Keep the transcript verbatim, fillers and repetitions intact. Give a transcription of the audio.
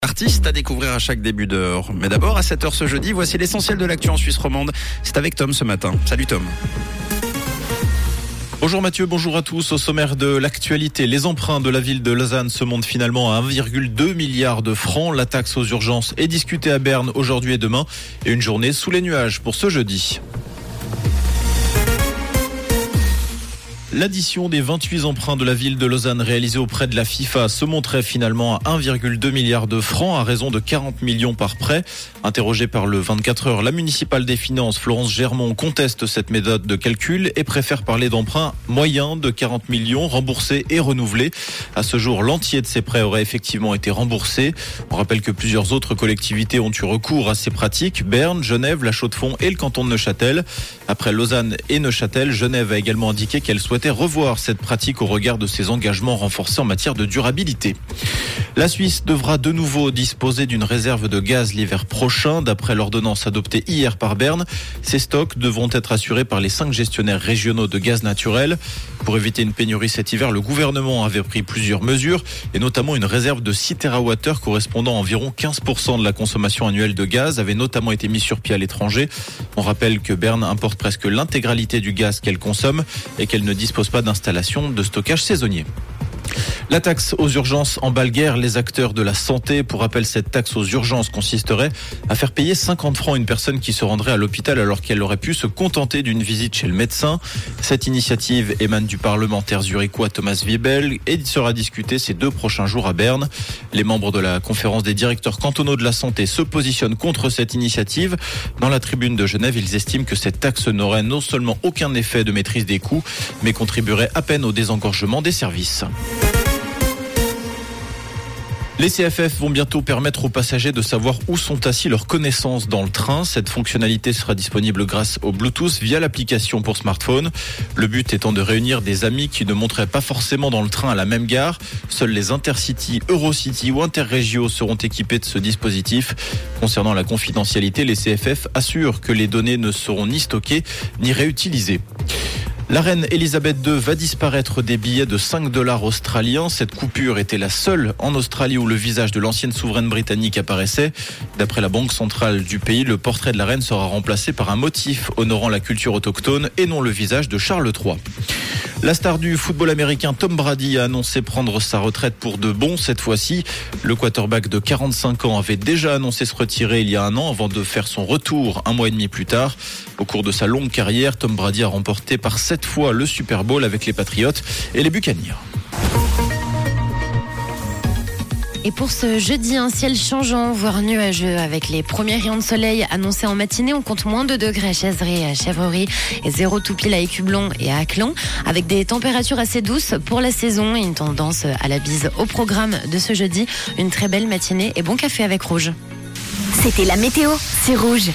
Artiste à découvrir à chaque début d'heure. Mais d'abord, à sept heures ce jeudi, voici l'essentiel de l'actu en Suisse romande. C'est avec Tom ce matin. Salut Tom. Bonjour Mathieu, bonjour à tous. Au sommaire de l'actualité, les emprunts de la ville de Lausanne se montent finalement à un virgule deux milliard de francs. La taxe aux urgences est discutée à Berne aujourd'hui et demain. Et une journée sous les nuages pour ce jeudi. L'addition des vingt-huit emprunts de la ville de Lausanne réalisés auprès de la FIFA se montrait finalement à un virgule deux milliard de francs à raison de quarante millions par prêt. Interrogée par le vingt-quatre heures, la municipale des finances, Florence Germont, conteste cette méthode de calcul et préfère parler d'emprunts moyens de quarante millions remboursés et renouvelés. À ce jour, l'entier de ces prêts aurait effectivement été remboursé. On rappelle que plusieurs autres collectivités ont eu recours à ces pratiques. Berne, Genève, la Chaux-de-Fonds et le canton de Neuchâtel. Après Lausanne et Neuchâtel, Genève a également indiqué qu'elle souhaitait revoir cette pratique au regard de ses engagements renforcés en matière de durabilité. La Suisse devra de nouveau disposer d'une réserve de gaz l'hiver prochain. D'après l'ordonnance adoptée hier par Berne, ces stocks devront être assurés par les cinq gestionnaires régionaux de gaz naturel. Pour éviter une pénurie cet hiver, le gouvernement avait pris plusieurs mesures et notamment une réserve de six térawattheures correspondant à environ quinze pour cent de la consommation annuelle de gaz avait notamment été mise sur pied à l'étranger. On rappelle que Berne importe presque l'intégralité du gaz qu'elle consomme et qu'elle ne dispose pas d'installation de stockage saisonnier. La taxe aux urgences emballe guère les acteurs de la santé. Pour rappel, cette taxe aux urgences consisterait à faire payer cinquante francs à une personne qui se rendrait à l'hôpital alors qu'elle aurait pu se contenter d'une visite chez le médecin. Cette initiative émane du parlementaire zurichois Thomas Wiebel et sera discutée ces deux prochains jours à Berne. Les membres de la conférence des directeurs cantonaux de la santé se positionnent contre cette initiative. Dans la tribune de Genève, ils estiment que cette taxe n'aurait non seulement aucun effet de maîtrise des coûts, mais contribuerait à peine au désengorgement des services. Les C F F vont bientôt permettre aux passagers de savoir où sont assis leurs connaissances dans le train. Cette fonctionnalité sera disponible grâce au Bluetooth via l'application pour smartphone. Le but étant de réunir des amis qui ne monteraient pas forcément dans le train à la même gare. Seuls les Intercity, Eurocity ou Interregio seront équipés de ce dispositif. Concernant la confidentialité, les C F F assurent que les données ne seront ni stockées ni réutilisées. La reine Elisabeth deux va disparaître des billets de cinq dollars australiens. Cette coupure était la seule en Australie où le visage de l'ancienne souveraine britannique apparaissait. D'après la banque centrale du pays, le portrait de la reine sera remplacé par un motif honorant la culture autochtone et non le visage de Charles trois. La star du football américain Tom Brady a annoncé prendre sa retraite pour de bon cette fois-ci. Le quarterback de quarante-cinq ans avait déjà annoncé se retirer il y a un an avant de faire son retour un mois et demi plus tard. Au cours de sa longue carrière, Tom Brady a remporté par sept fois le Super Bowl avec les Patriots et les Buccaneers. Et pour ce jeudi, un ciel changeant, voire nuageux, avec les premiers rayons de soleil annoncés en matinée. On compte moins de degrés à Chèzeray et à Chèvrerie et zéro tout pile à Écublon et à Aclon, avec des températures assez douces pour la saison et une tendance à la bise au programme de ce jeudi. Une très belle matinée et bon café avec Rouge. C'était la météo, c'est Rouge.